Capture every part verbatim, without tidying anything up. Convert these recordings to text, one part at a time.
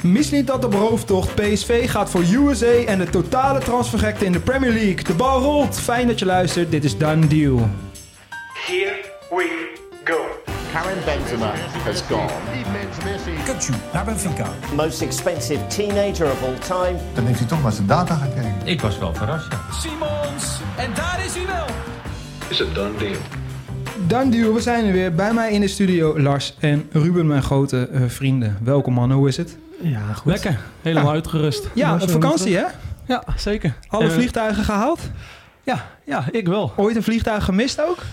Mis niet dat op hoofdtocht. P S V gaat voor U S A en de totale transfergekte in de Premier League. De bal rolt. Fijn dat je luistert. Dit is Done Deal. Here we go. Karim Benzema has gone. Kutsu naar Benfica. Most expensive teenager of all time. Dan heeft hij toch naar zijn data gekeken. Ik was wel verrast, ja. Simons, en daar is hij wel. Is het done deal? Done Deal, we zijn er weer. Bij mij in de studio Lars en Ruben, mijn grote uh, vrienden. Welkom mannen, hoe is het? Ja, goed. Lekker, helemaal Ja. uitgerust. Ja, op vakantie hè? Ja, zeker. Alle Uh, vliegtuigen gehaald? Ja, ja, ik wel. Ooit een vliegtuig gemist ook?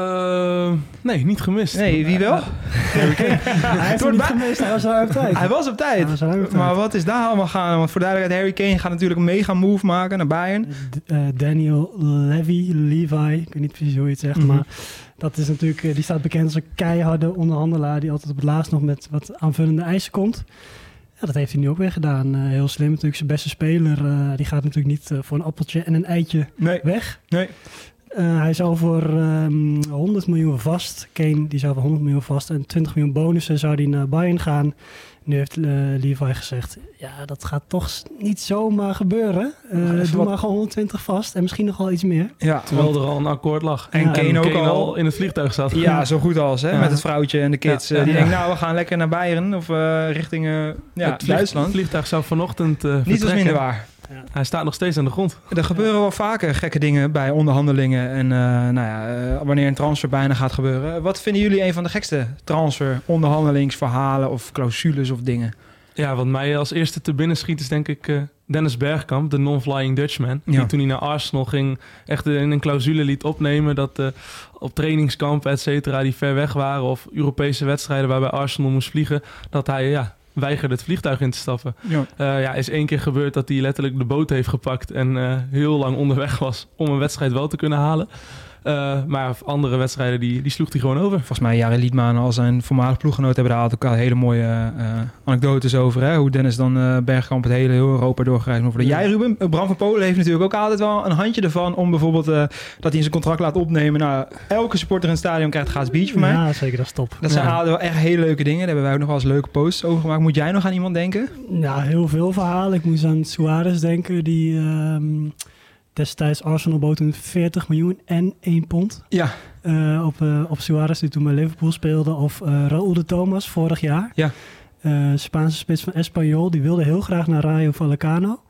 Uh, nee, niet gemist. Nee, wie wel? Harry Kane. Hij heeft hem niet gemist, hij was al op tijd. Hij was op tijd. Hij was al op tijd. Maar wat is daar allemaal gaan? Want voor duidelijkheid, Harry Kane gaat natuurlijk een mega move maken naar Bayern. D- uh, Daniel Levy, Levi, ik weet niet precies hoe je het zegt, Mm-hmm. maar dat is natuurlijk, uh, die staat bekend als een keiharde onderhandelaar die altijd op het laatst nog met wat aanvullende eisen komt. Ja, dat heeft hij nu ook weer gedaan. Uh, heel slim natuurlijk, zijn beste speler. Uh, die gaat natuurlijk niet uh, voor een appeltje en een eitje Nee. weg. Nee. Uh, hij zou voor um, honderd miljoen vast, Kane die zou voor honderd miljoen vast en twintig miljoen bonussen zou die naar Bayern gaan. Nu heeft uh, Levi gezegd, ja dat gaat toch niet zomaar gebeuren. Uh, Ja, doe wat... maar gewoon honderdtwintig vast en misschien nog wel iets meer. Ja, Terwijl want... er al een akkoord lag. En Ja, Kane en ook Kane al. al in het vliegtuig zat. Ja, zo goed als, hè? Ja. Met het vrouwtje en de kids. Ja, Uh, die ja. denken, nou, we gaan lekker naar Bayern of uh, richting uh, ja, het vlieg- Duitsland. Het vliegtuig zou vanochtend uh, Niet als vertrekken. minder waar. Ja. Hij staat nog steeds aan de grond. Er gebeuren wel vaker gekke dingen bij onderhandelingen en uh, nou ja, uh, wanneer een transfer bijna gaat gebeuren. Wat vinden jullie een van de gekste transfer, onderhandelingsverhalen of clausules of dingen? Ja, wat mij als eerste te binnen schiet is denk ik uh, Dennis Bergkamp, de non-flying Dutchman. Ja. Die toen hij naar Arsenal ging echt in een clausule liet opnemen dat uh, op trainingskampen, et cetera, die ver weg waren of Europese wedstrijden waarbij Arsenal moest vliegen, dat hij ja, weigerde het vliegtuig in te stappen. Ja. Uh, ja, is één keer gebeurd dat hij letterlijk de boot heeft gepakt en uh, heel lang onderweg was om een wedstrijd wel te kunnen halen. Uh, maar andere wedstrijden, die, die sloeg hij gewoon over. Volgens mij Jari Liedman en al zijn voormalig ploeggenoten hebben daar altijd hele mooie uh, anekdotes over. Hè? Hoe Dennis dan uh, Bergkamp het hele heel Europa doorgereisd moet worden. Ja. Jij Ruben, Bram van Polen heeft natuurlijk ook altijd wel een handje ervan om bijvoorbeeld uh, dat hij in zijn contract laat opnemen. Nou, elke supporter in het stadion krijgt gratis biertje van mij. Ja, zeker, dat is top. Dat zijn ja. wel echt hele leuke dingen. Daar hebben wij ook nog wel eens leuke posts over gemaakt. Moet jij nog aan iemand denken? Ja, heel veel verhalen. Ik moest aan Suarez denken, die um, destijds Arsenal bood toen veertig miljoen en één pond. Ja. Uh, op, uh, op Suarez, die toen bij Liverpool speelde. Of uh, Raúl de Thomas, vorig jaar. Ja. Uh, Spaanse spits van Espanyol. Die wilde heel graag naar Rayo Vallecano.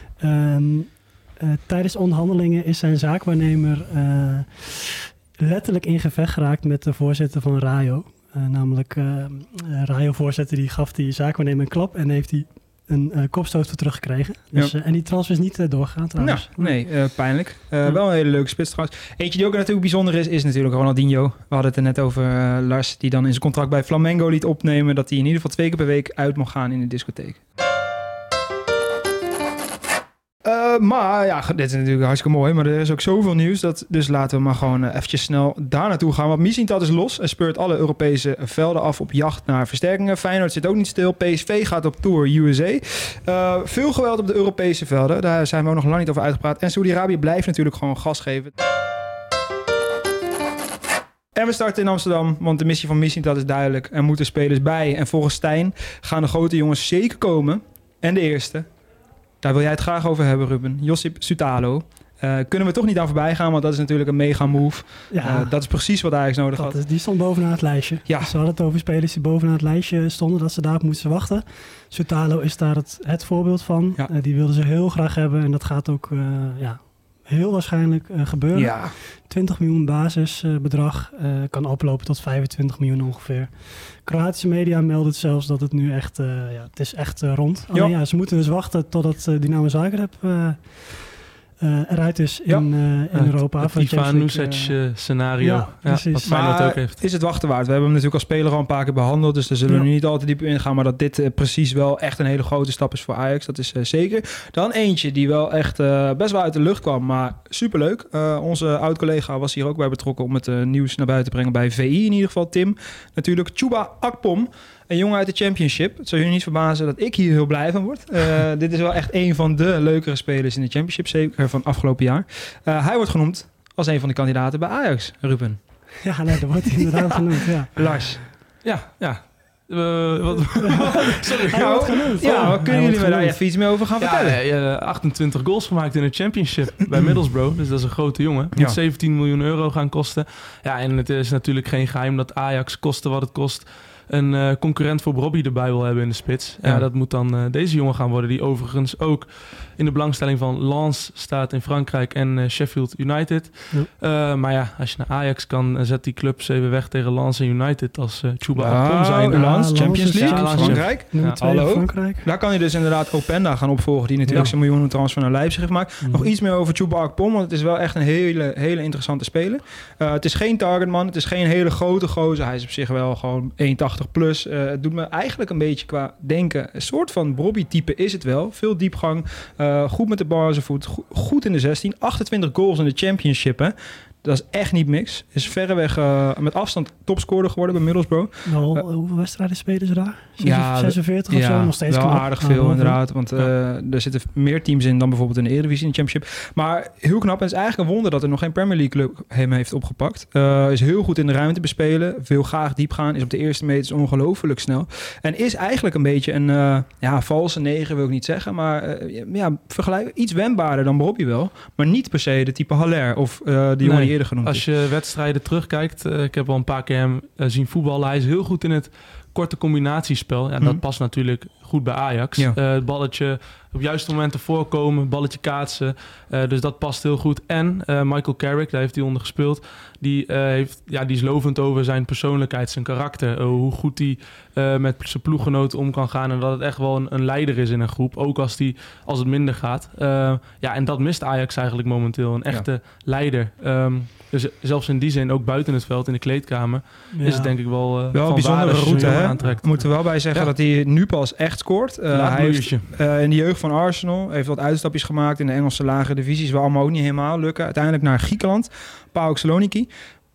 Um, uh, tijdens onderhandelingen is zijn zaakwaarnemer uh, letterlijk in gevecht geraakt met de voorzitter van Rayo. Uh, namelijk uh, uh, Rayo-voorzitter die gaf die zaakwaarnemer een klap en heeft hij een uh, kopstoot voor teruggekregen. Dus, Ja. uh, en die transfer is niet uh, doorgegaan trouwens. Nou, nee, uh, pijnlijk. Uh, Ja. Wel een hele leuke spits trouwens. Eentje die ook natuurlijk bijzonder is, is natuurlijk Ronaldinho. We hadden het er net over uh, Lars, die dan in zijn contract bij Flamengo liet opnemen dat hij in ieder geval twee keer per week uit mocht gaan in de discotheek. Uh, maar ja, dit is natuurlijk hartstikke mooi, maar er is ook zoveel nieuws. Dat, dus laten we maar gewoon uh, eventjes snel daar naartoe gaan. Want Mislintat is los en speurt alle Europese velden af op jacht naar versterkingen. Feyenoord zit ook niet stil. P S V gaat op tour U S A. Uh, veel geweld op de Europese velden. Daar zijn we ook nog lang niet over uitgepraat. En Saudi-Arabië blijft natuurlijk gewoon gas geven. En we starten in Amsterdam, want de missie van Mislintat is duidelijk. Er moeten spelers bij. En volgens Stijn gaan de grote jongens zeker komen. En de eerste... Daar wil jij het graag over hebben, Ruben. Josip Sutalo. Uh, kunnen we toch niet aan voorbij gaan, want dat is natuurlijk een mega move. Ja, Uh, dat is precies wat Ajax nodig dat had. is, die stond bovenaan het lijstje. Ja. Dus we hadden het over spelers die bovenaan het lijstje stonden, dat ze daarop moesten wachten. Sutalo is daar het, het voorbeeld van. Ja. Uh, die wilden ze heel graag hebben en dat gaat ook uh, ja, heel waarschijnlijk uh, gebeuren. Ja. twintig miljoen basisbedrag uh, kan oplopen tot vijfentwintig miljoen ongeveer. Kroatische media melden het zelfs dat het nu echt, uh, ja, het is echt uh, rond. Alleen ja. ja, ze moeten dus wachten totdat uh, Dynamo Zagreb uh, uh, eruit is Ja. in, uh, in Het- Europa. Het voor de Ivan Champions League, Nusic uh, uh, scenario. ja, Ja, precies. wat Feyenoord Maar ook heeft. is het wachten waard? We hebben hem natuurlijk als speler al een paar keer behandeld, dus daar zullen we Ja. nu niet al te diep in gaan. Maar dat dit uh, precies wel echt een hele grote stap is voor Ajax, dat is uh, zeker. Dan eentje die wel echt uh, best wel uit de lucht kwam, maar superleuk. Uh, onze oud-collega was hier ook bij betrokken om het uh, nieuws naar buiten te brengen bij V I in ieder geval, Tim. Natuurlijk Chuba Akpom. Een jongen uit de Championship. Het zou jullie niet verbazen dat ik hier heel blij van word. Uh, dit is wel echt een van de leukere spelers in de Championship, zeker van afgelopen jaar. Uh, hij wordt genoemd als een van de kandidaten bij Ajax, Ruben. Ja, nee, dat wordt hij inderdaad genoemd, ja. Lars. Ja, ja. Uh, wat, sorry. Nou, ja, wat kunnen jullie me daar even iets meer over gaan ja, vertellen? Ja, achentwintig goals gemaakt in het championship bij Middlesbrough. Dus dat is een grote jongen. Moet ja. zeventien miljoen euro gaan kosten. Ja, en het is natuurlijk geen geheim dat Ajax, koste wat het kost, een uh, concurrent voor Robbie erbij wil hebben in de spits. Ja, ja dat moet dan uh, deze jongen gaan worden, die overigens ook in de belangstelling van Lens staat in Frankrijk en uh, Sheffield United. Ja. Uh, maar ja, als je naar Ajax kan, uh, zet die clubs even weg tegen Lens en United als uh, Chuba Akpom zijn. Ja, Lens, Champions League, ja, Frankrijk. Ja. Ja. Hallo. Frankrijk. Daar kan je dus inderdaad Openda gaan opvolgen, die natuurlijk ja. zijn miljoenen transfer naar Leipzig heeft gemaakt. Mm. Nog iets meer over Chuba Akpom, want het is wel echt een hele, hele interessante speler. Uh, het is geen targetman, het is geen hele grote gozer. Hij is op zich wel gewoon één tachtig plus. Uh, het doet me eigenlijk een beetje qua denken, een soort van Bobby-type is het wel. Veel diepgang, uh, goed met de bal aan zijn voet, go- goed in de zestien, achtentwintig goals in de championship, hè. Dat is echt niet mix. Is verreweg uh, met afstand topscorer geworden bij Middlesbrough. Nou, uh, hoeveel wedstrijden spelen ze daar? Ja, zesenveertig of ja, zo? Nog steeds wel knap. aardig veel ah, inderdaad. Want uh, ja. er zitten meer teams in dan bijvoorbeeld in de Eredivisie in de Championship. Maar heel knap. En het is eigenlijk een wonder dat er nog geen Premier League club hem heeft opgepakt. Uh, is heel goed in de ruimte bespelen. Wil graag diep gaan. Is op de eerste meters ongelooflijk snel. En is eigenlijk een beetje een uh, ja, valse negen wil ik niet zeggen. Maar uh, ja, vergelijk iets wendbaarder dan Bobby wel. Maar niet per se de type Haller of uh, die jongen nee, die eerder genoemd als is. je wedstrijden terugkijkt, uh, ik heb al een paar keer hem uh, zien voetballen. Hij is heel goed in het korte combinatiespel. Ja, dat hmm. past natuurlijk goed bij Ajax. Ja. Uh, het balletje op juiste momenten voorkomen, balletje kaatsen. Uh, dus dat past heel goed. En uh, Michael Carrick, daar heeft hij onder gespeeld. Die, uh, heeft, ja, die is lovend over zijn persoonlijkheid, zijn karakter. Uh, hoe goed hij uh, met zijn ploeggenoten om kan gaan. En dat het echt wel een, een leider is in een groep. Ook als, die, als het minder gaat. Uh, ja, en dat mist Ajax eigenlijk momenteel. Een echte ja. leider. Um, dus zelfs in die zin, ook buiten het veld, in de kleedkamer, ja. is het denk ik wel uh, wel een bijzondere route, hè? We moeten wel bij zeggen ja. dat hij nu pas echt scoort. Uh, hij heeft uh, in de jeugd van Arsenal heeft wat uitstapjes gemaakt in de Engelse lagere divisies, waar allemaal ook niet helemaal lukken. Uiteindelijk naar Griekenland, PAOK Saloniki.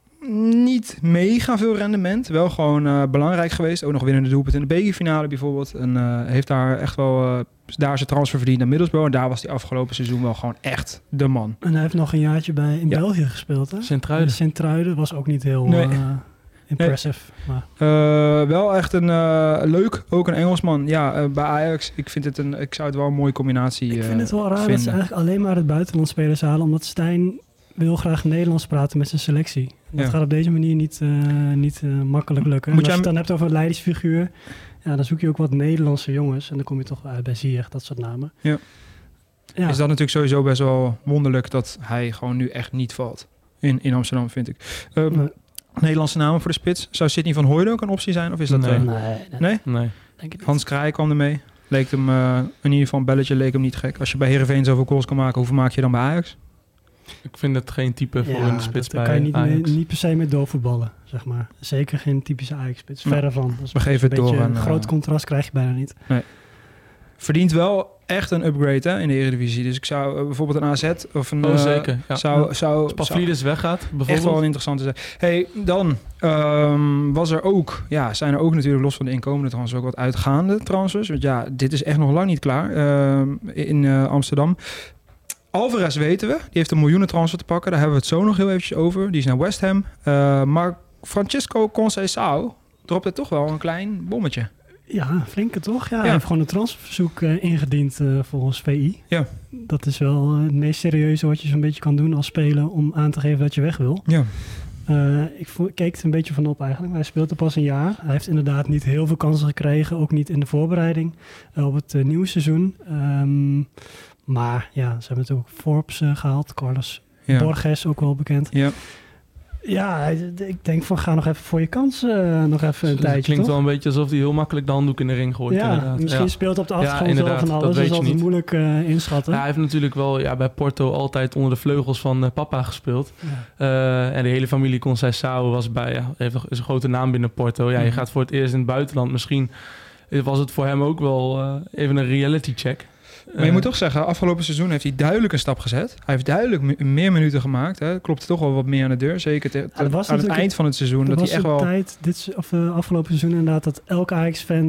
Niet mega veel rendement, wel gewoon uh, belangrijk geweest. Ook nog winnende doelpunt in de bekerfinale bijvoorbeeld. En uh, heeft daar echt wel uh, daar zijn transfer verdiend naar Middlesbrough. En daar was hij afgelopen seizoen wel gewoon echt de man. En hij heeft nog een jaartje bij in ja. België gespeeld, hè? Sint-Truiden. Sint-Truiden was ook niet heel nee. uh, impressive. Nee. Maar. Uh, wel echt een uh, leuk, ook een Engelsman. Ja, uh, bij Ajax, ik vind het een, ik zou het wel een mooie combinatie uh, Ik vind het wel raar vinden. Dat ze eigenlijk alleen maar het buitenland spelers halen, omdat Stijn wil graag Nederlands praten met zijn selectie. Dat ja. gaat op deze manier niet, uh, niet uh, makkelijk lukken. Als je het dan hebt over een leidersfiguur, ja, dan zoek je ook wat Nederlandse jongens. En dan kom je toch uit bij Ziyech, dat soort namen. Ja. Ja. Is dat natuurlijk sowieso best wel wonderlijk dat hij gewoon nu echt niet valt. In, in Amsterdam, vind ik. Uh, nee. Nederlandse namen voor de spits. Zou Sidney van Hooijdonk ook een optie zijn? Of is dat... Nee, uh, nee, nee. nee? nee. Denk ik Hans Kraai kwam ermee. Leek hem, uh, in ieder geval een belletje, leek hem niet gek. Als je bij Heerenveen zoveel goals kan maken, hoeveel maak je dan bij Ajax? Ik vind het geen type voor ja, een spits bij kan je niet, Ajax. Mee, niet per se met doorvoetballen, zeg maar. Zeker geen typische Ajax-spits. Verre ja, van. We geven het door. Een uh, groot contrast krijg je bijna niet. Nee. Verdient wel echt een upgrade hè, in de Eredivisie. Dus ik zou uh, bijvoorbeeld een A Z of een... Oh, uh, zeker. Ja. Zou, zou, Als Pavlidis weggaat, bijvoorbeeld. Echt wel een interessante zijn. Hey, dan um, was er ook... Ja, zijn er ook natuurlijk los van de inkomende transfers ook wat uitgaande transfers. Want ja, dit is echt nog lang niet klaar uh, in uh, Amsterdam. Alvarez weten we. Die heeft een miljoenen transfer te pakken. Daar hebben we het zo nog heel eventjes over. Die is naar West Ham. Uh, maar Francisco Conceição dropt er toch wel een klein bommetje. Ja, flinke toch? Ja, ja. Hij heeft gewoon een transferverzoek uh, ingediend uh, volgens V I. Ja. Dat is wel uh, het meest serieuze wat je zo'n beetje kan doen als speler om aan te geven dat je weg wil. Ja. Uh, ik vo- keek er een beetje van op eigenlijk. Hij speelt er pas een jaar. Hij heeft inderdaad niet heel veel kansen gekregen. Ook niet in de voorbereiding uh, op het uh, nieuwe seizoen. Um, maar ja, ze hebben natuurlijk Forbes uh, gehaald. Carlos ja. Borges, ook wel bekend. Ja. Ja, ik denk van ga nog even voor je kans uh, nog even een dus tijdje, het klinkt toch? wel een beetje alsof hij heel makkelijk de handdoek in de ring gooit. Ja, inderdaad. misschien ja. speelt op de achtergrond ja, wel van alles. Dat is altijd moeilijk uh, inschatten. Ja, hij heeft natuurlijk wel ja, bij Porto altijd onder de vleugels van uh, papa gespeeld. Ja. Uh, en de hele familie Conceição was bij, ja, heeft, is een grote naam binnen Porto. Ja, je gaat voor het eerst in het buitenland. Misschien was het voor hem ook wel uh, even een reality check. Maar je moet toch zeggen, afgelopen seizoen heeft hij duidelijk een stap gezet. Hij heeft duidelijk me- meer minuten gemaakt. Hè. Klopt toch wel wat meer aan de deur. Zeker te, te, ja, aan het eind van het seizoen. Er dat was hij echt een wel... tijd, dit, of, uh, afgelopen seizoen inderdaad, dat elke Ajax-fan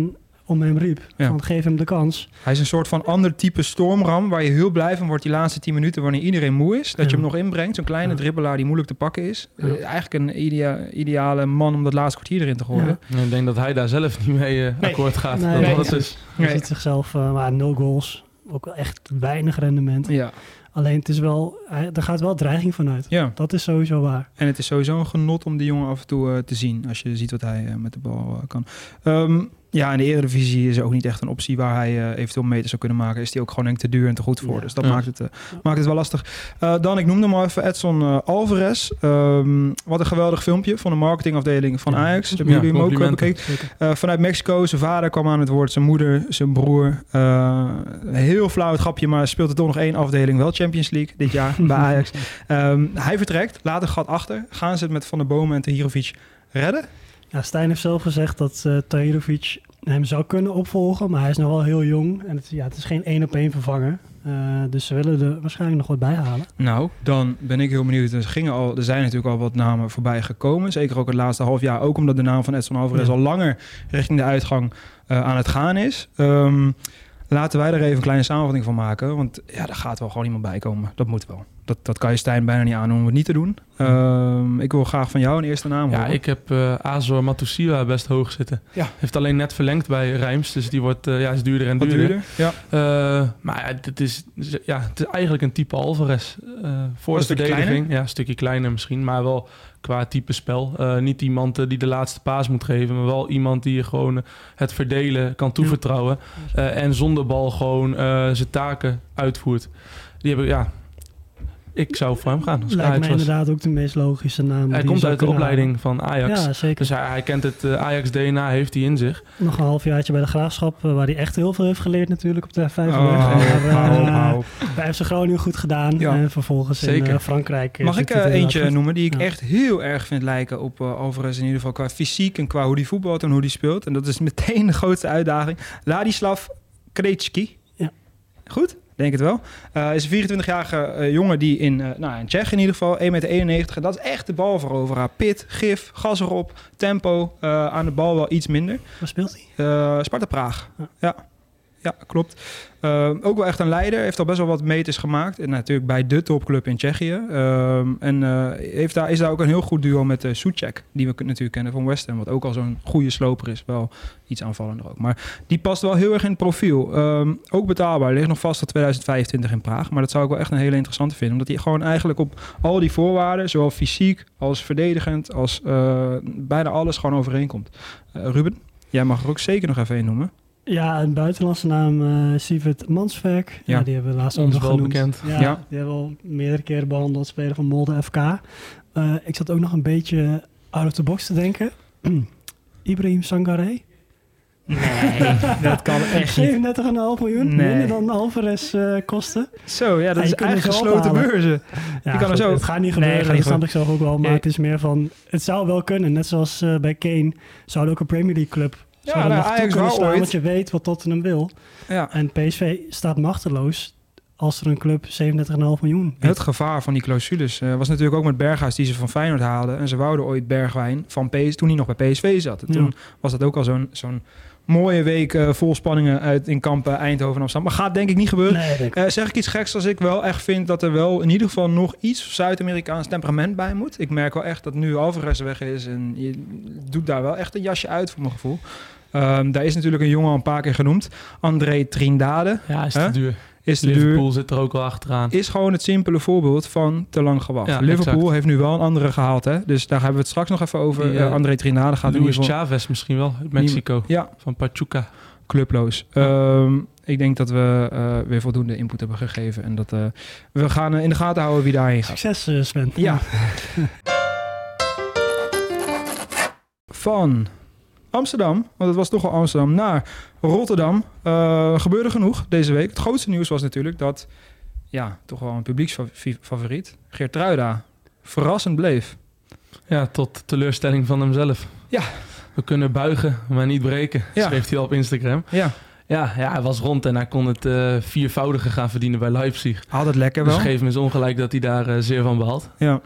om hem riep. Ja. Van geef hem de kans. Hij is een soort van ander type stormram... waar je heel blij van wordt die laatste tien minuten... wanneer iedereen moe is. Dat Ja. je hem nog inbrengt. Zo'n kleine Ja. dribbelaar die moeilijk te pakken is. Ja. Uh, eigenlijk een idea- ideale man om dat laatste kwartier erin te gooien. Ja. En ik denk dat hij daar zelf niet mee uh, Nee. akkoord gaat. Nee, dat nee. dat het is. Hij Nee. ziet zichzelf, uh, maar nul goals. Ook wel echt weinig rendement. Ja. Alleen het is wel, hij, er gaat wel dreiging vanuit. ja. Dat is sowieso waar. En het is sowieso een genot om die jongen af en toe uh, te zien. Als je ziet wat hij uh, met de bal uh, kan. Um, ja, in de Eredivisie is er ook niet echt een optie waar hij uh, eventueel meters zou kunnen maken. Is die ook gewoon denk ik te duur en te goed voor. Ja. Dus dat Ja. maakt, het, uh, maakt het wel lastig. Uh, dan, ik noemde hem al even Edson uh, Alvarez. Um, wat een geweldig filmpje van de marketingafdeling van Ja. Ajax. Hebben Ja, jullie hem ook uh, complimenten. bekeken? Zeker. Uh, vanuit Mexico, zijn vader kwam aan het woord, zijn moeder, zijn broer. Uh, heel flauw het grapje, maar speelt er toch nog één afdeling wel Champions League dit jaar bij Ajax. Um, hij vertrekt, laat een gat achter. Gaan ze het met Van der Bomen en Tahirovic redden? Ja, Stijn heeft zelf gezegd dat uh, Tahirovic hem zou kunnen opvolgen, maar hij is nog wel heel jong. En het, ja, het is geen één op één vervanger. Uh, dus ze willen er waarschijnlijk nog wat bij halen. Nou, dan ben ik heel benieuwd. Er, gingen al, er zijn natuurlijk al wat namen voorbij gekomen. Zeker ook het laatste half jaar. Ook omdat de naam van Edson Alvarez Ja. al langer richting de uitgang uh, aan het gaan is. Um, laten wij er even een kleine samenvatting van maken. Want ja, daar gaat wel gewoon iemand bij komen. Dat moet wel. Dat, dat kan je Stijn bijna niet aan om het niet te doen. Um, ik wil graag van jou een eerste naam Ja, horen. ik heb uh, Azor Matusiwa best hoog zitten. Ja. Heeft alleen net verlengd bij Reims, dus die wordt uh, ja, is duurder en Wat duurder. duurder? Ja. Uh, maar ja, het is, ja, het is eigenlijk een type Alvarez. Uh, voor Een de stukje verdediging. kleiner? Ja, een stukje kleiner misschien, maar wel qua type spel. Uh, niet iemand uh, die de laatste paas moet geven, maar wel iemand die je gewoon uh, het verdelen kan toevertrouwen. Uh, en zonder bal gewoon uh, zijn taken uitvoert. Die hebben, ja... Ik zou voor hem gaan. Als Lijkt Ajax me was. inderdaad ook de meest logische naam. Hij die je komt zou uit de kunnen opleiding van halen. Ajax. Ja, zeker. Dus hij, hij kent het uh, Ajax-D N A, heeft hij in zich. Nog een halfjaartje bij de Graafschap, uh, waar hij echt heel veel heeft geleerd natuurlijk op de F vijf. Oh, hou op, hou op. Bij F C Groningen goed gedaan. Ja. En vervolgens Zeker. in uh, Frankrijk. Mag zit ik hij uh, het eentje inderdaad noemen die ik Ja. echt heel erg vind lijken op uh, Alvarez in ieder geval qua fysiek en qua hoe die voetbalt en hoe die speelt. En dat is meteen de grootste uitdaging. Ladislav Krejci. Ja. Goed? Denk het wel. Uh, is een vierentwintigjarige uh, jongen die in, uh, nou in Tsjechië in ieder geval, één komma eenennegentig meter. Dat is echt de balveroveraar. Pit, gif, gas erop, tempo. Uh, aan de bal wel iets minder. Waar speelt hij? Uh, Sparta Praag. Ja. Ja. Ja, klopt. Uh, ook wel echt een leider. Heeft al best wel wat meters gemaakt. En natuurlijk bij de topclub in Tsjechië. Uh, en uh, heeft daar, is daar ook een heel goed duo met uh, Souček. Die we natuurlijk kennen van West Ham. Wat ook al zo'n goede sloper is. Wel iets aanvallender ook. Maar die past wel heel erg in het profiel. Um, ook betaalbaar. Ligt nog vast tot tweeduizend vijfentwintig in Praag. Maar dat zou ik wel echt een hele interessante vinden. Omdat hij gewoon eigenlijk op al die voorwaarden. Zowel fysiek als verdedigend. Als uh, bijna alles gewoon overeenkomt. Uh, Ruben, jij mag er ook zeker nog even een noemen. Ja, een buitenlandse naam, uh, Sivert Mansverk. Ja. Ja. Die hebben we laatst ook Ons nog wel genoemd. bekend. Ja, Ja. die hebben we al meerdere keren behandeld. Speler van Molde F K. Uh, ik zat ook nog een beetje out of the box te denken. Ibrahim Sangaré. Nee, dat kan echt niet. zevenendertig komma vijf miljoen. Nee. Minder dan Alvarez uh, kosten. Zo, ja, dat Ja, is je kunt eigenlijk hem zo gesloten ophalen. beurzen. Ja, kan er goed, zo- Het gaat niet Nee, gebeuren, gaat niet dat snap ik zelf ook wel. Maar Nee. het is meer van... Het zou wel kunnen. Net zoals uh, bij Kane zou er ook een Premier League club... Ja, zou er nou, nog toe Ajax kunnen wou staan, ooit. want je weet wat Tottenham wil. Ja. En P S V staat machteloos als er een club zevenendertig komma vijf miljoen biedt. Het gevaar van die clausules uh, was natuurlijk ook met Berghuis die ze van Feyenoord haalden. En ze wouden ooit Bergwijn van P S V toen hij nog bij P S V zat. En toen Ja. was dat ook al zo'n, zo'n mooie week uh, vol spanningen uit in Kampen, Eindhoven en Amsterdam. Maar gaat denk ik niet gebeuren. Nee, denk ik. Uh, zeg ik iets geks als ik wel echt vind dat er wel in ieder geval nog iets Zuid-Amerikaans temperament bij moet. Ik merk wel echt dat nu Alvarez weg is en je doet daar wel echt een jasje uit voor mijn gevoel. Um, daar is natuurlijk een jongen al een paar keer genoemd. André Trindade. Ja, is Huh? te duur. Is te duur. Liverpool zit er ook al achteraan. Is gewoon het simpele voorbeeld van te lang gewacht. Ja, Liverpool exact. heeft nu wel een andere gehaald. Hè? Dus daar hebben we het straks nog even over. Die, Uh, uh, André Trindade gaat in Luis ieder geval... Chavez misschien wel, uit Mexico. Ja, Van Pachuca. clubloos. Um, ik denk dat we uh, weer voldoende input hebben gegeven. En dat uh, we gaan uh, in de gaten houden wie daarheen gaat. Succes, uh, Sven. Ja. Van Amsterdam, want het was toch al Amsterdam, naar Rotterdam. Uh, gebeurde genoeg deze week. Het grootste nieuws was natuurlijk dat, ja, toch wel een publieksfavoriet, Geertruida, verrassend bleef. Ja, tot teleurstelling van hemzelf. Ja. We kunnen buigen, maar niet breken, Ja. schreef hij al op Instagram. Ja, Ja, ja, hij was rond en hij kon het uh, viervoudige gaan verdienen bij Leipzig. had het lekker Dus wel. geef me eens ongelijk dat hij daar uh, zeer van behaalt. Ja.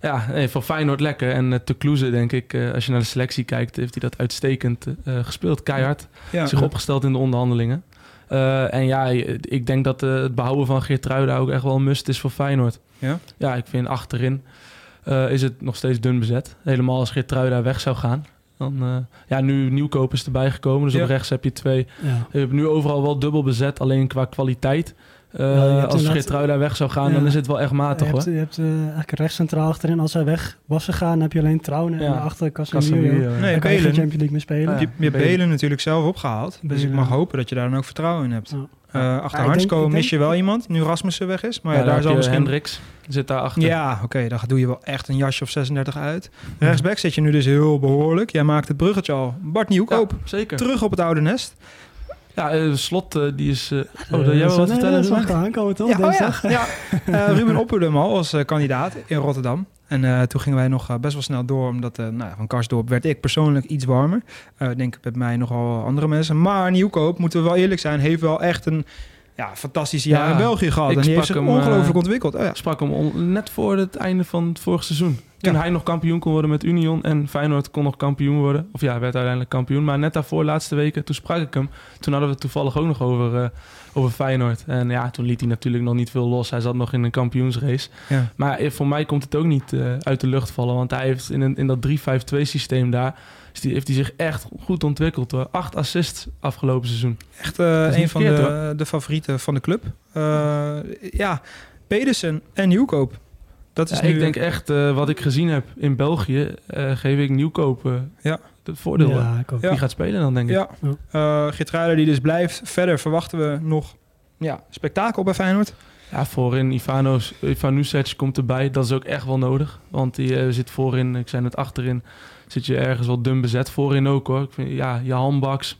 Ja, nee, voor Feyenoord lekker. En uh, Te Kloeze, denk ik, uh, als je naar de selectie kijkt, heeft hij dat uitstekend uh, gespeeld. Keihard. Ja. Zich opgesteld in de onderhandelingen. Uh, en ja, ik denk dat uh, het behouden van Geertruida ook echt wel een must is voor Feyenoord. Ja? Ja, ik vind achterin uh, is het nog steeds dun bezet. Helemaal als Geertruida weg zou gaan. Dan, uh, ja, nu Nieuwkoop is erbij gekomen. Dus ja. op rechts heb je twee. Ja. Je hebt nu overal wel dubbel bezet, alleen qua kwaliteit. Uh, ja, als Geertruida weg zou gaan, ja. dan is het wel echt matig, je hebt, hoor. Je hebt uh, eigenlijk rechts centraal achterin. Als hij weg was gegaan, heb je alleen Trouwen ja. en daarachter Casemiro. Ja. Nee, kan je geen Champions League meer spelen. Ja. Je, je hebt Belen natuurlijk zelf opgehaald. Dus Belen. Ik mag hopen dat je daar dan ook vertrouwen in hebt. Ja. Uh, achter ja, Hansko denk, mis denk... je wel iemand, nu Rasmussen weg is. Maar ja, ja daar zal misschien... Hendricks zit daar achter. Ja, oké, okay, dan doe je wel echt een jasje of zesendertig uit. Ja. Rechtsback zit je nu dus heel behoorlijk. Jij maakt het bruggetje al. Bart Nieuwkoop, ja, zeker. Terug op het oude nest. Ja, uh, Slot, uh, die is... Uh, oh, dat jij wel wat vertellen? Dat zag aankomen, toch? Ja, oh, ja. ja. Uh, Ruben opperde hem al als uh, kandidaat in Rotterdam. En uh, toen gingen wij nog uh, best wel snel door, omdat uh, nou, van Karsdorp werd ik persoonlijk iets warmer. Ik uh, denk met mij nogal andere mensen. Maar Nieuwkoop, moeten we wel eerlijk zijn, heeft wel echt een... Ja, fantastische jaar ja, in België gehad. En die heeft zich hem, ongelooflijk uh, ontwikkeld. Oh, ja. Ik sprak hem on- net voor het einde van het vorige seizoen. Toen ja. hij nog kampioen kon worden met Union en Feyenoord kon nog kampioen worden. Of ja, werd uiteindelijk kampioen. Maar net daarvoor, laatste weken, toen sprak ik hem. Toen hadden we het toevallig ook nog over, uh, over Feyenoord. En ja, toen liet hij natuurlijk nog niet veel los. Hij zat nog in een kampioensrace. Ja. Maar voor mij komt het ook niet uh, uit de lucht vallen. Want hij heeft in, een, in dat drie vijf twee systeem daar... Dus die heeft hij zich echt goed ontwikkeld, hoor. Acht assists afgelopen seizoen. Echt uh, een van de, de favorieten van de club. Uh, ja, Pedersen en Nieuwkoop. Dat is ja, nu... Ik denk echt, uh, wat ik gezien heb in België, uh, geef ik Nieuwkoop uh, ja. het voordeel. Ja, ik ook. Die ja. gaat spelen dan, denk ik. Ja. Uh, Geertruida die dus blijft. Verder verwachten we nog ja, spektakel bij Feyenoord. Ja, voorin Ivanos, Ivanusec komt erbij. Dat is ook echt wel nodig. Want die uh, zit voorin, ik zei net achterin... Zit je ergens wel dun bezet. Voorin ook, hoor. Ik vind, ja, je handbaks.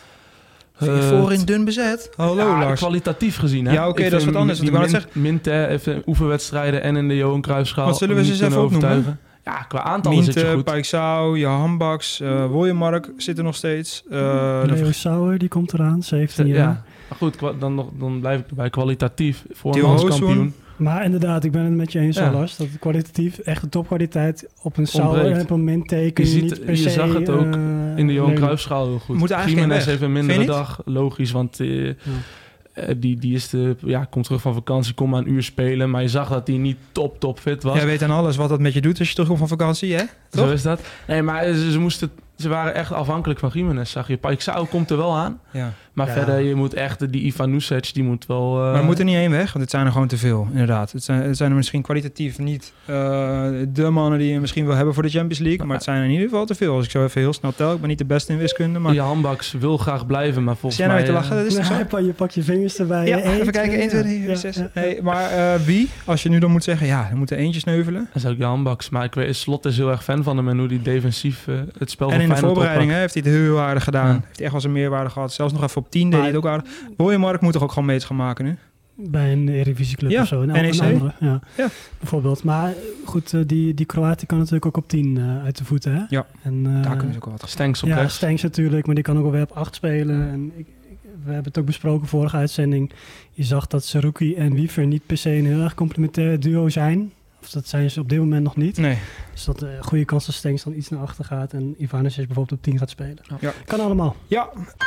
Uh, voorin dun bezet? Hallo, ja, Lars. Kwalitatief gezien, hè? Ja, oké, okay, dat is wat anders. Die, die min, Minter, even oefenwedstrijden en in de Johan Cruijffschaal. Wat zullen we ze eens even opnoemen? Ja, qua aantallen zit je goed. Paixão, je handbaks, uh, Woljemark zit er nog steeds. Uh, Leo Sauer, die komt eraan, zeventien jaar. Ja, maar goed, dan, nog, dan blijf ik erbij. Kwalitatief, voorlandskampioen. Maar inderdaad, ik ben het met je eens, ja. Lars. Dat kwalitatief, echt de topkwaliteit op een Sauer en op een Minteken. Je, ziet, niet per je se, zag het ook uh, in de Johan Cruijffschaal heel goed. Moet eigenlijk Jiménez heeft een mindere dag, logisch. Want uh, ja. uh, die, die is de, ja, komt terug van vakantie, komt maar een uur spelen. Maar je zag dat hij niet top, top fit was. Jij weet aan alles wat dat met je doet als je terugkomt van vakantie, hè? Toch? Zo is dat. Nee, maar ze, ze moesten... Ze waren echt afhankelijk van Jiménez, zag je. Paixão komt er wel aan. Ja. Maar ja. verder, je moet echt... Die Ivanusec, die moet wel... Uh... Maar er moet er niet één weg, want het zijn er gewoon te veel, inderdaad. Het zijn, het zijn er misschien kwalitatief niet uh, de mannen die je misschien wil hebben voor de Champions League. Maar, maar het zijn er in ieder geval te veel. Als ik zo even heel snel tel, ik ben niet de beste in wiskunde, maar... Die handbaks wil graag blijven, maar volgens mij... Jij nou mij... te lachen, dat is nee, toch zo? Je pakt je vingers erbij. Ja, even eentje, kijken, één, twee, drie, vier, zes. Nee, maar uh, wie, als je nu dan moet zeggen, ja, dan moet er eentje sneuvelen. Dat is ook je handbaks. Maar ik weet, Slot is heel erg fan van hem en hoe die defensief uh, het spel en van Feyenoord En in de voorbereiding hè, heeft hij het heel aardig gedaan. Ja. Heeft hij echt wel zijn meerwaarde gehad. Zelfs nog even op tien deed hij het ook aardig. Woljemark moet toch ook gewoon meters gaan maken nu? Bij een Eredivisieclub ja, of zo. N E C. Een andere, ja. Ja. Bijvoorbeeld. Maar goed, uh, die, die Kroatië kan natuurlijk ook op tien uh, uit de voeten. Hè? Ja, en, uh, daar kunnen ze ook wel wat. Stenks op ja, rechts. Stenks natuurlijk, maar die kan ook wel weer op acht spelen. En ik, ik, we hebben het ook besproken vorige uitzending. Je zag dat Saruki en Wiever niet per se een heel erg complementair duo zijn. Of dat zijn ze op dit moment nog niet. Nee. Dus dat een uh, goede kans dat Stenks dan iets naar achter gaat en Ivanovic bijvoorbeeld op tien gaat spelen. Ja. Kan allemaal. Ja.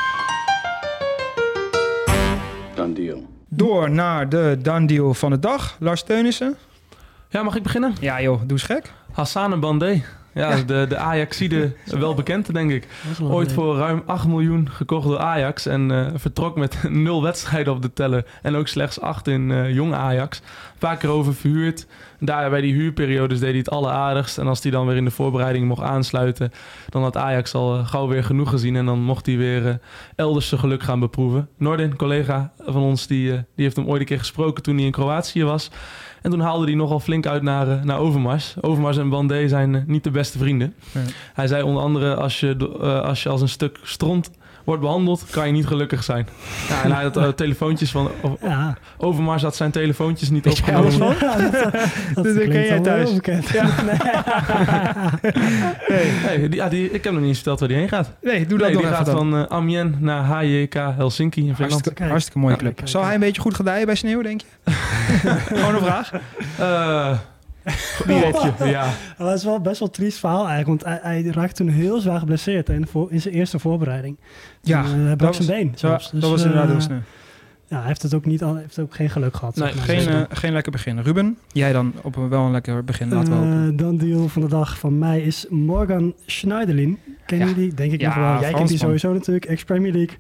Done deal. Door naar de done deal van de dag. Lars Teunissen. Ja, mag ik beginnen? Ja joh, doe eens gek. Hassane Bandé. Ja, ja, de, de Ajaxide wel bekend, denk ik. Ooit voor ruim acht miljoen gekocht door Ajax. En uh, vertrok met nul wedstrijden op de teller. En ook slechts acht in uh, jong Ajax. Een paar keer over verhuurd. Daar bij die huurperiodes deed hij het alleraardigst. En als hij dan weer in de voorbereiding mocht aansluiten... dan had Ajax al uh, gauw weer genoeg gezien. En dan mocht hij weer uh, elders zijn geluk gaan beproeven. Nordin, collega van ons, die, uh, die heeft hem ooit een keer gesproken toen hij in Kroatië was... En toen haalde hij nogal flink uit naar, uh, naar Overmars. Overmars en Bandé zijn uh, niet de beste vrienden. Nee. Hij zei onder andere, als je, uh, als je als een stuk stront wordt behandeld, kan je niet gelukkig zijn. Ja, en hij had uh, telefoontjes van... Uh, ja. Overmars had zijn telefoontjes niet opgenomen. Ja, dat, dat, dat dus dat ken jij thuis. Ja. Nee. Nee, die, ja, die, ik heb nog niet eens verteld waar hij heen gaat. Nee, doe dat nee, nog die even gaat dan. van uh, Amiens naar H J K Helsinki in Finland. Hartstikke, hartstikke mooie club. Zal hij een beetje goed gedijen bij sneeuw, denk je? Gewoon een vraag. Uh, Biertje, ja. Dat was wel best wel een triest verhaal eigenlijk. Want hij, hij raakte toen heel zwaar geblesseerd in, de voor, in zijn eerste voorbereiding. Ja, toen, uh, hij brak zijn was, been zelfs. Ja, Dus, dat was inderdaad heel uh, snel. Ja, hij heeft het ook niet al, heeft ook geen geluk gehad. Nee, zeg maar. Geen, Dus, uh, geen lekker begin. Ruben, jij dan op een, wel een lekker begin, laten we hopen. Uh, dan deal van de dag van mij is Morgan Schneiderlin. Kennen Ja. jullie die? Denk ik Ja, nog wel. Jij kent die Fransman. sowieso natuurlijk. Ex-Premier League.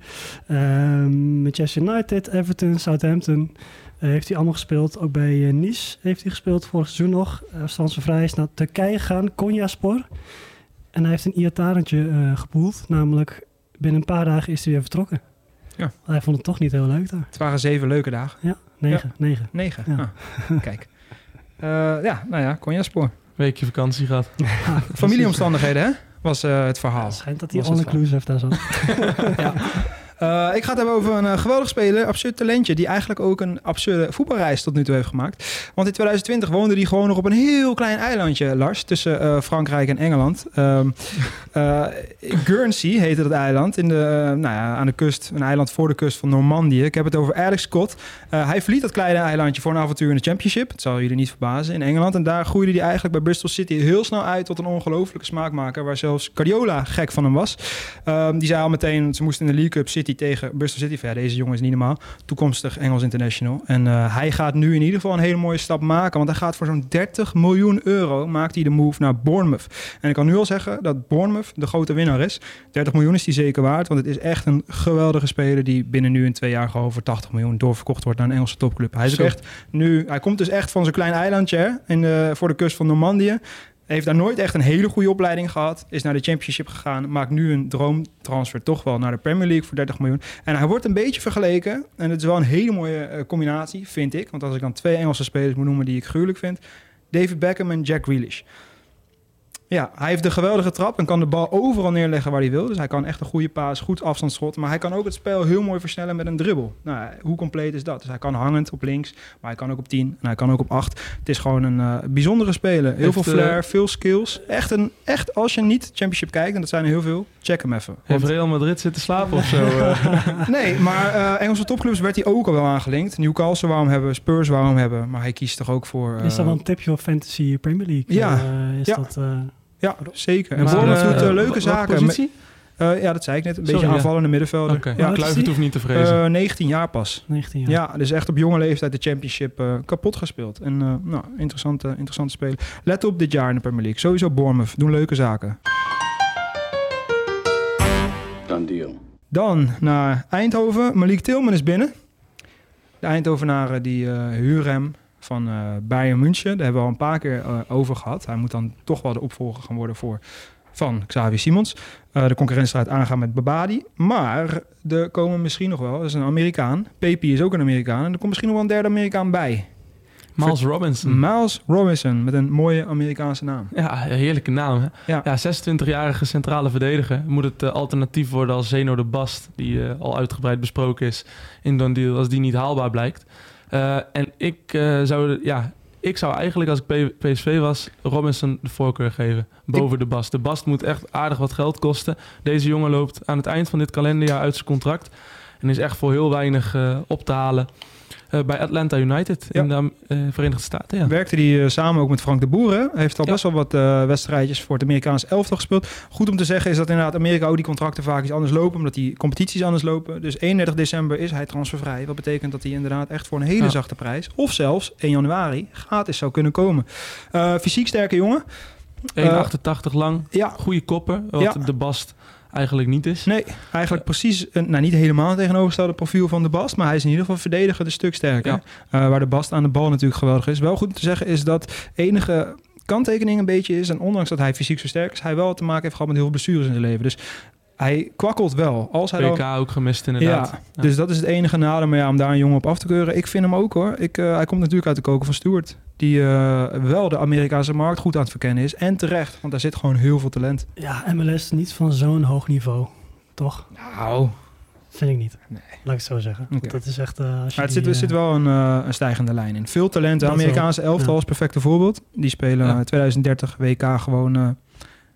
Uh, Manchester United, Everton, Southampton. Uh, heeft hij allemaal gespeeld. Ook bij uh, Nice heeft hij gespeeld. Vorig seizoen nog. Uh, transfervrij is naar Turkije gegaan. Konyaspor. En hij heeft een Iattarentje uh, gepoeld. Namelijk binnen een paar dagen is hij weer vertrokken. Ja. Hij vond het toch niet heel leuk daar. Het waren zeven leuke dagen. Ja, negen. Ja. negen. Negen. Ja. Ah, kijk. Uh, ja, nou ja, Konyaspor. Weekje vakantie gehad. Familieomstandigheden, hè? Was uh, het verhaal. Het schijnt dat hij Was het all-inclusive daar zat. ja. Uh, ik ga het hebben over een uh, geweldig speler, absurd talentje, die eigenlijk ook een absurde voetbalreis tot nu toe heeft gemaakt. Want in twintig twintig woonde hij gewoon nog op een heel klein eilandje, Lars, tussen uh, Frankrijk en Engeland. Um, uh, Guernsey heette dat eiland, in de, uh, nou ja, aan de kust, een eiland voor de kust van Normandië. Ik heb het over Alex Scott. Uh, hij verliet dat kleine eilandje voor een avontuur in de Championship. Het zal jullie niet verbazen, in Engeland. En daar groeide hij eigenlijk bij Bristol City heel snel uit tot een ongelofelijke smaakmaker, waar zelfs Guardiola gek van hem was. Um, die zei al meteen, ze moesten in de League Cup City tegen Bristol City. Ja, deze jongen is niet normaal. Toekomstig Engels international. En uh, hij gaat nu in ieder geval een hele mooie stap maken. Want hij gaat voor zo'n dertig miljoen euro maakt hij de move naar Bournemouth. En ik kan nu al zeggen dat Bournemouth de grote winnaar is. dertig miljoen is die zeker waard. Want het is echt een geweldige speler die binnen nu in twee jaar gewoon voor tachtig miljoen doorverkocht wordt naar een Engelse topclub. Hij is ook echt nu, hij komt dus echt van zo'n klein eilandje in de, voor de kust van Normandië. Heeft daar nooit echt een hele goede opleiding gehad. Is naar de Championship gegaan. Maakt nu een droomtransfer toch wel naar de Premier League voor dertig miljoen. En hij wordt een beetje vergeleken. En het is wel een hele mooie uh, combinatie, vind ik. Want als ik dan twee Engelse spelers moet noemen die ik gruwelijk vind. David Beckham en Jack Grealish. Ja, hij heeft de geweldige trap en kan de bal overal neerleggen waar hij wil. Dus hij kan echt een goede paas, goed afstandsschot. Maar hij kan ook het spel heel mooi versnellen met een dribbel. Nou, hoe compleet is dat? Dus hij kan hangend op links, maar hij kan ook op tien en hij kan ook op acht. Het is gewoon een uh, bijzondere speler. Heel heeft, veel flair, uh, veel skills. Echt, een, echt, als je niet Championship kijkt, en dat zijn er heel veel, check hem even. Heeft Want, Real Madrid zitten slapen of zo? Uh. nee, maar uh, Engelse topclubs werd hij ook al wel aangelinkt. Newcastle wou hem hebben, Spurs wou hem hebben. Maar hij kiest toch ook voor... Uh, is dat wel een tipje op Fantasy Premier League? Ja. Uh, is ja. dat... Uh, Ja, zeker. En Maar, Bournemouth uh, doet uh, leuke wat zaken. positie? Uh, ja, dat zei ik net. Een Sorry, beetje ja. aanvallende middenvelder. Okay. Ja, Wat is Kluivert die? hoeft niet te vrezen. uh, negentien jaar pas. negentien jaar. Ja, dus echt op jonge leeftijd de Championship uh, kapot gespeeld. En uh, nou, interessante, interessante speler. Let op dit jaar in de Premier League. Sowieso Bournemouth. Doen leuke zaken. Done deal. Dan naar Eindhoven. Malik Tilman is binnen. De Eindhovenaren die uh, huren hem van uh, Bayern München. Daar hebben we al een paar keer uh, over gehad. Hij moet dan toch wel de opvolger gaan worden voor van Xavi Simons. Uh, de concurrentiestrijd aangaan met Babadi. Maar er komen misschien nog wel, dat is een Amerikaan. Pepe is ook een Amerikaan. En er komt misschien nog wel een derde Amerikaan bij. Miles Robinson. Miles Robinson, met een mooie Amerikaanse naam. Ja, een heerlijke naam. Hè? Ja. Ja, zesentwintigjarige centrale verdediger. Moet het uh, alternatief worden als Zeno de Bast, die uh, al uitgebreid besproken is in Done Deal, als die niet haalbaar blijkt. Uh, en ik uh, zou... De, ja, Ik zou eigenlijk, als ik P S V was, Robinson de voorkeur geven boven ik... de Bast. De Bast moet echt aardig wat geld kosten. Deze jongen loopt aan het eind van dit kalenderjaar uit zijn contract. En is echt voor heel weinig uh, op te halen uh, bij Atlanta United ja. in de uh, Verenigde Staten. Ja. Werkte hij uh, samen ook met Frank de Boer. Hij heeft al ja. best wel wat uh, wedstrijdjes voor het Amerikaanse elftal gespeeld. Goed om te zeggen is dat inderdaad Amerika ook die contracten vaak iets anders lopen. Omdat die competities anders lopen. Dus eenendertig december is hij transfervrij. Wat betekent dat hij inderdaad echt voor een hele ja. zachte prijs, of zelfs één januari, gratis zou kunnen komen. Uh, fysiek sterke jongen. één komma achtentachtig uh, lang. Ja. Goede koppen. Wat ja. de Bast eigenlijk niet is. Nee, eigenlijk uh, precies, een, nou niet helemaal het tegenovergestelde profiel van de Bast, maar hij is in ieder geval verdediger een stuk sterker. Ja. Uh, waar de Bast aan de bal natuurlijk geweldig is. Wel goed om te zeggen is dat enige kanttekening een beetje is, en ondanks dat hij fysiek zo sterk is, hij wel te maken heeft gehad met heel veel blessures in zijn leven. Dus hij kwakkelt wel. Als hij P K dan... ook gemist inderdaad. Ja, ja, dus dat is het enige nadeel. Maar ja, om daar een jongen op af te keuren, ik vind hem ook hoor. Ik, uh, hij komt natuurlijk uit de koken van Stuart. Die uh, wel de Amerikaanse markt goed aan het verkennen is. En terecht, want daar zit gewoon heel veel talent. Ja, M L S niet van zo'n hoog niveau, toch? Nou... Vind ik niet. Nee. Laat ik het zo zeggen. Okay. Dat is echt... Uh, als je maar het die, zit, er uh... zit wel een, uh, een stijgende lijn in. Veel talent. De Amerikaanse elftal ja. is perfecte voorbeeld. Die spelen ja. twintig dertig W K gewoon uh,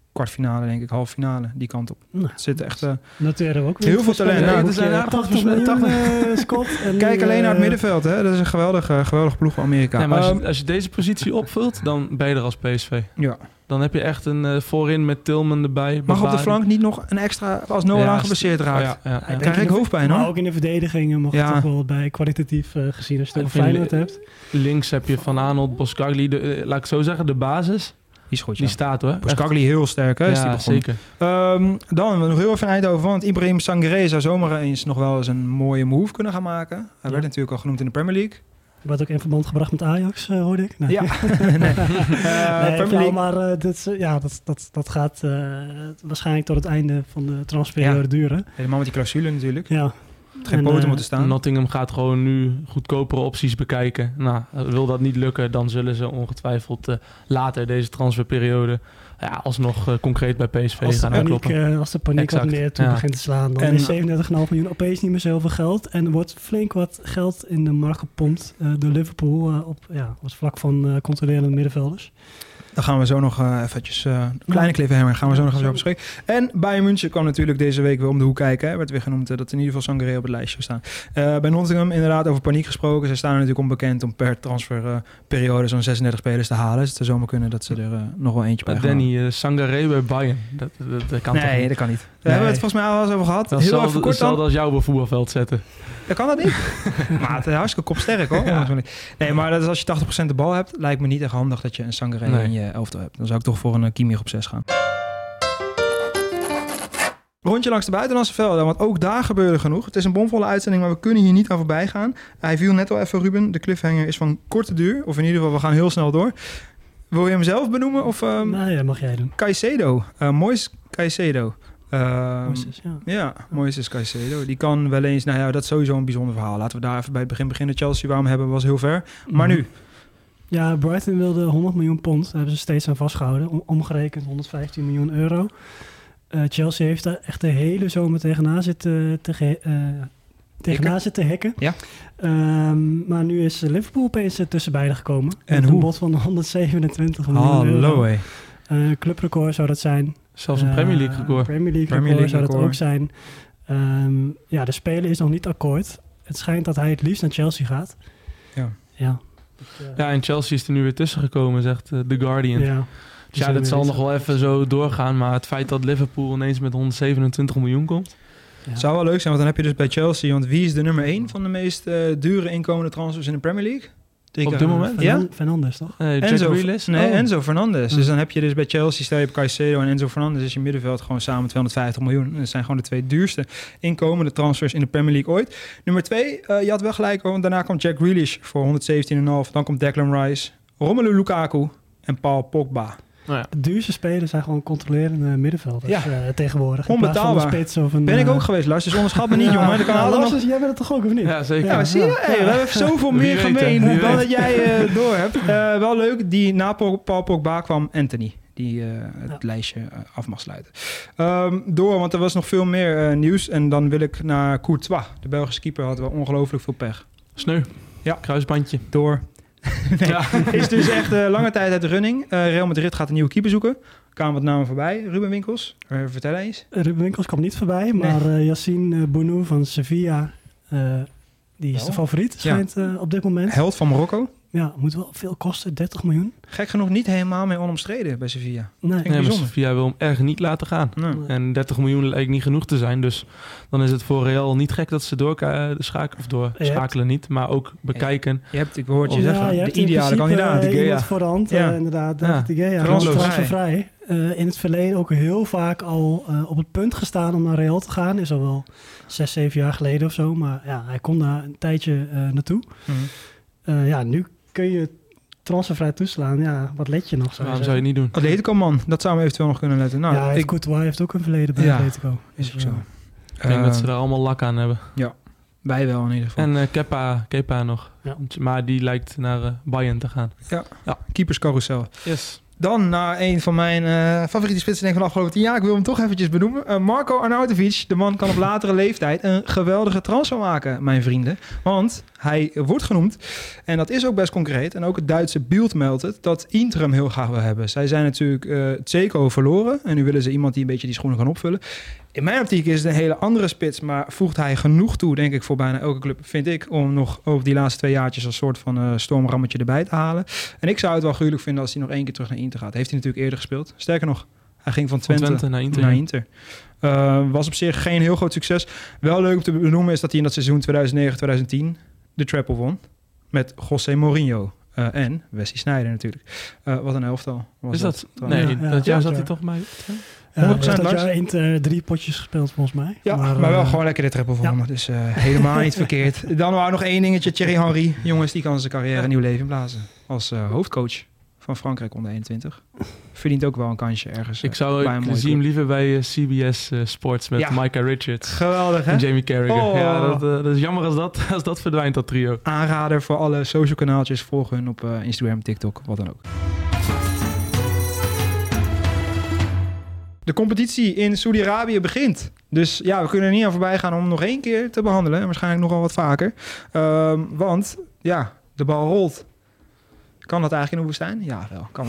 kwartfinale, denk ik, halve finale, die kant op. Nou, Het zit echt... Uh, noteren we ook. heel veel talent. Ja, Nou, er zijn aardig tachtig miljoen uh, Scott. En kijk nu, alleen uh, naar het middenveld, hè. Dat is een geweldige, geweldige ploeg van Amerika. Nee, maar als, Um, je, als je deze positie opvult, dan ben je er als P S V. ja. Dan heb je echt een uh, voorin met Tillman erbij. Mag op de Bavard. flank niet nog een extra, als Noah Ja, aan geblesseerd raakt? Ja, ja, ja. Dan krijg ik hoofdpijn, Maar hoor. ook in de verdediging mag Ja. het toch wel wat bij kwalitatief uh, gezien als je het Ik over vind Feyenoord li- hebt. Links heb je Van Aanholt, Boskagli. De, uh, laat ik zo zeggen, de basis, Die is goed, ja. die staat hoor. Boskagli heel sterk, hè? Is die Ja, begonnen. zeker. Um, dan nog heel even een Eindhoven, want Ibrahim Sangaré zou zomaar eens nog wel eens een mooie move kunnen gaan maken. Hij Ja. werd natuurlijk al genoemd in de Premier League. Wordt ook in verband gebracht met Ajax, uh, hoorde ik. Nee. Ja, nee. Uh, Nee, Premier flauw, League. maar uh, dit, is, ja, dat, dat, dat gaat uh, waarschijnlijk tot het einde van de transferperiode Ja. duren. Helemaal met die clausule natuurlijk. Ja. Geen En, poten uh, moeten staan. Nottingham gaat gewoon nu goedkopere opties bekijken. Nou, wil dat niet lukken, dan zullen ze ongetwijfeld uh, later deze transferperiode ja, alsnog uh, concreet bij P S V Als de gaan paniek, aankloppen. uh, als de paniek Exact, wat meer toe ja. begint te slaan, dan En- is zevenendertig komma vijf miljoen opeens niet meer zoveel geld. En er wordt flink wat geld in de markt gepompt uh, door Liverpool uh, op, ja, op het vlak van uh, controlerende middenvelders. Dan gaan we zo nog uh, eventjes... Uh, een kleine cliffhanger gaan we zo nog even zo bespreken. En Bayern München kwam natuurlijk deze week weer om de hoek kijken. Hè. Werd weer genoemd uh, dat in ieder geval Sangaré op het lijstje staan. Uh, bij Nottingham inderdaad over paniek gesproken. Ze staan er natuurlijk onbekend om per transferperiode uh, zo'n zesendertig spelers te halen. Dus het zou zomaar kunnen dat ze er uh, nog wel eentje bij Maar gaan. Danny, uh, Sangaré bij Bayern, dat, dat, dat kan toch Nee, niet? dat kan niet. Daar Nee. hebben we het volgens mij al eens over gehad. Dat Heel zal even kort dan. hetzelfde als jou op een voetbalveld zetten. Dat kan dat niet. Maar het is hartstikke kopsterk hoor. Ja. Nee, maar dat is als je tachtig procent de bal hebt, lijkt me niet echt handig dat je een Sangaré Nee. in je elftal hebt. Dan zou ik toch voor een uh, Kimmich op zes gaan. Rondje langs de buitenlandse velden, want ook daar gebeurde genoeg. Het is een bomvolle uitzending, maar we kunnen hier niet aan voorbij gaan. Hij viel net al even, Ruben. De cliffhanger is van korte duur. Of in ieder geval, we gaan heel snel door. Wil je hem zelf benoemen? Of um, Nou ja, mag jij doen. Caicedo. Uh, Mois Caicedo. Um, Moises, ja. Ja, Moises Caicedo. Die kan wel eens... Nou ja, dat is sowieso een bijzonder verhaal. Laten we daar even bij het begin beginnen. Chelsea, waarom hebben we was heel ver. Maar Mhm. nu... Ja, Brighton wilde honderd miljoen pond. Daar hebben ze steeds aan vastgehouden. Om, omgerekend honderdvijftien miljoen euro. Uh, Chelsea heeft daar echt de hele zomer tegenaan zitten, te ge- uh, tegenaan zitten hekken. Ja. Um, maar nu is Liverpool opeens tussen beiden gekomen. En met hoe? een bod van honderdzevenentwintig miljoen euro. Hallo, hé. Uh, clubrecord zou dat zijn. Zelfs een Uh, Premier League record. Premier League Premier record League zou dat record. ook zijn. Um, ja, de speler is nog niet akkoord. Het schijnt dat hij het liefst naar Chelsea gaat. Ja. Ja. Ja, en Chelsea is er nu weer tussen gekomen, zegt uh, The Guardian. Ja. Dus ja, dat zal nog wel even zo doorgaan. Maar het feit dat Liverpool ineens met honderdzevenentwintig miljoen komt. Ja. Zou wel leuk zijn, want dan heb je dus bij Chelsea... Want wie is de nummer één van de meest uh, dure inkomende transfers in de Premier League? Drie Op keer- dit moment? Ja? Fernan- Fernandes, toch? Uh, Jack Enzo, Grealish? nee, Oh. Enzo Fernandes. Ja. Dus dan heb je dus bij Chelsea, stel je op Caicedo en Enzo Fernandes is je middenveld gewoon samen tweehonderdvijftig miljoen. En dat zijn gewoon de twee duurste inkomende transfers in de Premier League ooit. Nummer twee, uh, je had wel gelijk, want daarna komt Jack Grealish voor honderdzeventien komma vijf. Dan komt Declan Rice, Romelu Lukaku en Paul Pogba. Nou ja. De duurste spelers zijn gewoon controlerende middenvelders Ja. uh, tegenwoordig. In plaats Onbetaalbaar. van een spits of een... Ben ik uh, ook geweest, Lars, dus onderschat me niet, jongen. Dat kan ja, altijd Lars, nog... dus jij bent het toch ook, of niet? Ja, zeker. Ja, maar zie je? Hey, we hebben zoveel Wie meer weet, gemeen hè? Wie dan weet. dat jij uh, door hebt. Uh, wel leuk, die na Paul Paul Pogba kwam Anthony, die uh, het Ja. lijstje uh, af mag sluiten. Um, door, want er was nog veel meer uh, nieuws. En dan wil ik naar Courtois. De Belgische keeper had wel ongelooflijk veel pech. Sneu. Ja. Kruisbandje. Door. Nee, Ja. is dus echt uh, lange tijd uit de running. Uh, Real Madrid gaat een nieuwe keeper zoeken. Kwamen wat namen voorbij. Ruben Winkels, uh, vertel eens. Ruben Winkels kwam niet voorbij, maar uh, Yassine uh, Bounou van Sevilla, uh, die is Wel? de favoriet, schijnt uh, op dit moment. Held van Marokko. Ja, moet wel veel kosten, dertig miljoen. Gek genoeg niet helemaal mee onomstreden bij Sevilla. Nee, Denk- Nee, maar bijzonder. Sofia wil hem erg niet laten gaan. Nee. Nee. En dertig miljoen lijkt niet genoeg te zijn. Dus dan is het voor Real niet gek dat ze doorschakelen. Of doorschakelen niet, maar ook bekijken. Je hebt, ik hoorde je Oh, zeggen, ja, je de hebt in ideale principe, kandidaat. uh, De Gea. iemand voor de hand, Ja. uh, inderdaad, Ja. David de Gea. Transfervrij. Transfervrij. Uh, in het verleden ook heel vaak al uh, op het punt gestaan om naar Real te gaan. Is al wel zes, zeven jaar geleden of zo. Maar ja, hij komt daar een tijdje uh, naartoe. Mhm. Uh, ja, nu kun je transfervrij toeslaan. Ja, wat let je nog? Zou Waarom je zou je zeggen? niet doen? Atletico man, dat zou hem eventueel nog kunnen letten. Nou, ja, heeft ik, Courtois heeft ook een verleden bij Ja, Atletico. is Dus, ook zo. uh, Ik denk dat ze Uh, daar allemaal lak aan hebben. Wij wel in ieder geval. En uh, Kepa, Kepa nog. Ja. Maar die lijkt naar uh, Bayern te gaan. Keeperscarousel. Yes. Dan naar een van mijn uh, favoriete spitsen denk ik, van de afgelopen tien jaar. Ik wil hem toch eventjes benoemen. Uh, Marko Arnautovic, de man kan op latere leeftijd een geweldige transfer maken, mijn vrienden. Want hij wordt genoemd, en dat is ook best concreet. En ook het Duitse Bild meldt het, dat Inter hem heel graag wil hebben. Zij zijn natuurlijk uh, Dzeko verloren. En nu willen ze iemand die een beetje die schoenen kan opvullen. In mijn optiek is het een hele andere spits, maar voegt hij genoeg toe, denk ik, voor bijna elke club, vind ik, om nog over die laatste twee jaartjes als soort van uh, stormrammetje erbij te halen. En ik zou het wel gruwelijk vinden als hij nog één keer terug naar Inter gaat. Heeft hij natuurlijk eerder gespeeld. Sterker nog, hij ging van Twente, van Twente naar Inter. Naar Inter. Uh, was op zich geen heel groot succes. Wel leuk om te benoemen is dat hij in dat seizoen tweeduizend negen tweeduizend tien de treble won met José Mourinho. Uh, en Wesley Sneijder natuurlijk. Uh, wat een elftal was is dat? dat nee, ja, ja, dat jaar ja, zat ja. hij toch bij... Ja, honderd procent dat Lars. jaar Inter drie potjes gespeeld volgens mij. Ja, maar, maar wel uh, gewoon lekker de treble gewonnen. Ja. Dus uh, helemaal niet verkeerd. Dan wou nog één dingetje. Thierry Henry. Jongens, die kan zijn carrière een nieuw leven inblazen. Als uh, hoofdcoach van Frankrijk onder eenentwintig. Verdient ook wel een kansje ergens. Ik zou bij een mooie zie hem club. liever bij uh, C B S uh, Sports met Ja. Micah Richards. Geweldig, hè? En Jamie Carragher. Oh. Ja, dat, uh, dat is jammer als dat, als dat verdwijnt, dat trio. Aanrader voor alle social kanaaltjes. Volg hun op uh, Instagram, TikTok, wat dan ook. De competitie in Saudi-Arabië begint. Dus ja, we kunnen er niet aan voorbij gaan om hem nog één keer te behandelen. En waarschijnlijk nogal wat vaker. Um, want ja, de bal rolt. Kan dat eigenlijk in de woestijn? Ja, wel. Kan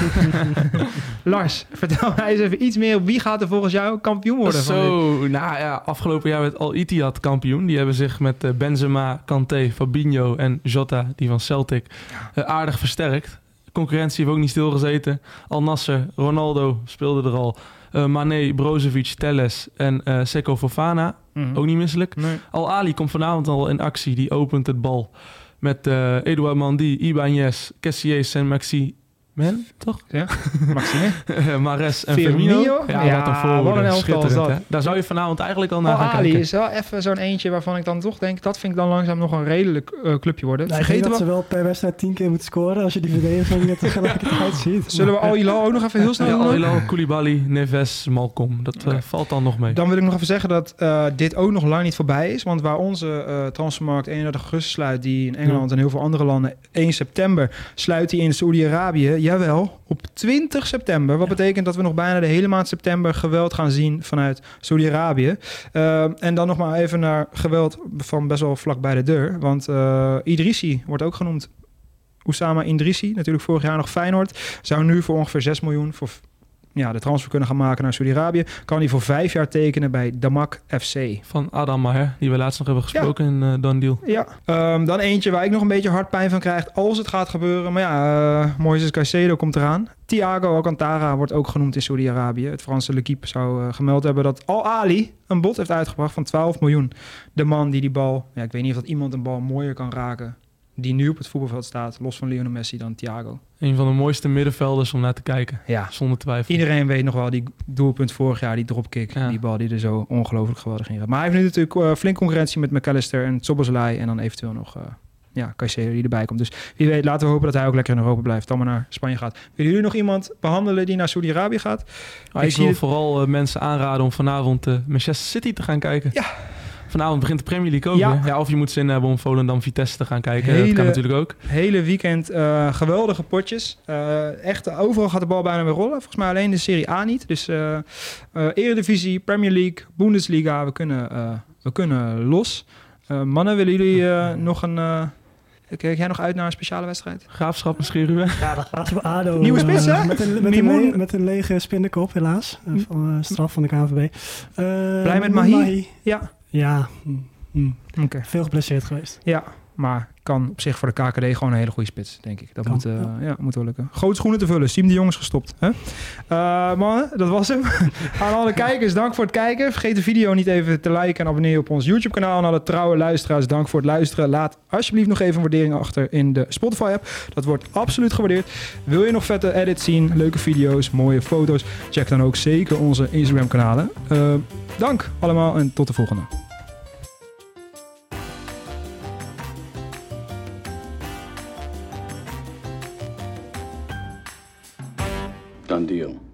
wel. Lars, vertel mij eens even iets meer. Wie gaat er volgens jou kampioen worden? Zo, van nou ja, afgelopen jaar werd Al Ittihad kampioen. Die hebben zich met uh, Benzema, Kanté, Fabinho en Jota, die van Celtic, uh, aardig versterkt. Concurrentie heeft ook niet stilgezeten. Al Nasser, Ronaldo speelde er al. Uh, Mané, Brozovic, Telles en uh, Seko Fofana. Mm-hmm. Ook niet misselijk. Nee. Al Ali komt vanavond al in actie. Die opent het bal met uh, Edouard Mendy, Ibanez, Kessié, Saint-Maxi. Men, toch? Ja, Maxime. Mares en Firmino. Firmino. Ja, Ja, wat een voorhoede. wat een elftal Schitterend, is dat. hè? Daar zou je vanavond eigenlijk al naar Al gaan Ali kijken. is wel even zo'n eentje waarvan ik dan toch denk... dat vind ik dan langzaam nog een redelijk uh, clubje worden. Nou, ik denk Vergeten dat we... ze wel per wedstrijd tien keer moeten scoren als je die verdediging net tegelijkertijd ziet. Zullen we Al Hilal ook nog even heel snel Ja, doen? Al Hilal, Koulibaly, Neves, Malcolm. Dat uh, Oké. valt dan nog mee. Dan wil ik nog even zeggen dat uh, dit ook nog lang niet voorbij is. Want waar onze uh, transfermarkt eenendertig augustus sluit... die in Engeland en heel veel andere landen één september... sluit die in Saoedi-Arabië. Jawel, op twintig september. Wat betekent dat we nog bijna de hele maand september... geweld gaan zien vanuit Saoedi-Arabië. Uh, en dan nog maar even naar geweld van best wel vlak bij de deur. Want uh, Idrissi wordt ook genoemd. Oussama Idrissi, natuurlijk vorig jaar nog Feyenoord... zou nu voor ongeveer zes miljoen... voor ja, de transfer kunnen gaan maken naar Saudi-Arabië. Kan hij voor vijf jaar tekenen bij Damak F C. Van Adam Maher, die we laatst nog hebben gesproken ja. in uh, Done Deal. Ja, um, dan eentje waar ik nog een beetje hartpijn van krijg als het gaat gebeuren. Maar ja, uh, Moises Caicedo komt eraan. Thiago Alcantara wordt ook genoemd in Saudi-Arabië. Het Franse L'Équipe zou uh, gemeld hebben dat Al Ali een bod heeft uitgebracht van twaalf miljoen. De man die die bal... Ja, ik weet niet of dat iemand een bal mooier kan raken... die nu op het voetbalveld staat, los van Lionel Messi, dan Thiago. Een van de mooiste middenvelders om naar te kijken. Ja. Zonder twijfel. Iedereen weet nog wel die doelpunt vorig jaar, die dropkick. Ja. Die bal die er zo ongelooflijk geweldig in gaat. Maar hij heeft nu natuurlijk uh, flink concurrentie met McAllister en Szoboszlai. En dan eventueel nog uh, ja, Caicedo die erbij komt. Dus wie weet, laten we hopen dat hij ook lekker in Europa blijft. Dan maar naar Spanje gaat. Willen jullie nog iemand behandelen die naar Saudi-Arabië gaat? Ah, ik, ik wil het... vooral uh, mensen aanraden om vanavond uh, Manchester City te gaan kijken. Ja. Vanavond begint de Premier League ook ja. weer. Ja, of je moet zin hebben om Volendam Vitesse te gaan kijken. Hele, dat kan natuurlijk ook. Hele weekend uh, geweldige potjes. Uh, echt, overal gaat de bal bijna weer rollen. Volgens mij alleen de Serie A niet. Dus uh, uh, Eredivisie, Premier League, Bundesliga. We kunnen, uh, we kunnen los. Uh, mannen, willen jullie uh, nog een... Uh, Kijk jij nog uit naar een speciale wedstrijd? Graafschap en Scheruwe. Ja, dat gaat voor A D O. Nieuwe spits, hè? Uh, met, een, met, een le- met een lege spinnenkop, helaas. Uh, van, uh, straf van de K N V B. Uh, Blij met Mahi? Mahi? Ja. Ja. Mm, mm. Okay. Veel geblesseerd geweest. Ja, maar kan op zich voor de K K D gewoon een hele goede spits, denk ik. Dat kan, moet, uh, ja. Ja, moet wel lukken. Grote schoenen te vullen. Siem de Jong is gestopt. Hè? Uh, mannen, dat was hem. Aan alle kijkers, dank voor het kijken. Vergeet de video niet even te liken en abonneren op ons YouTube-kanaal. En alle trouwe luisteraars, dank voor het luisteren. Laat alsjeblieft nog even een waardering achter in de Spotify-app. Dat wordt absoluut gewaardeerd. Wil je nog vette edits zien, leuke video's, mooie foto's? Check dan ook zeker onze Instagram-kanalen. Uh, dank allemaal en tot de volgende. Done deal.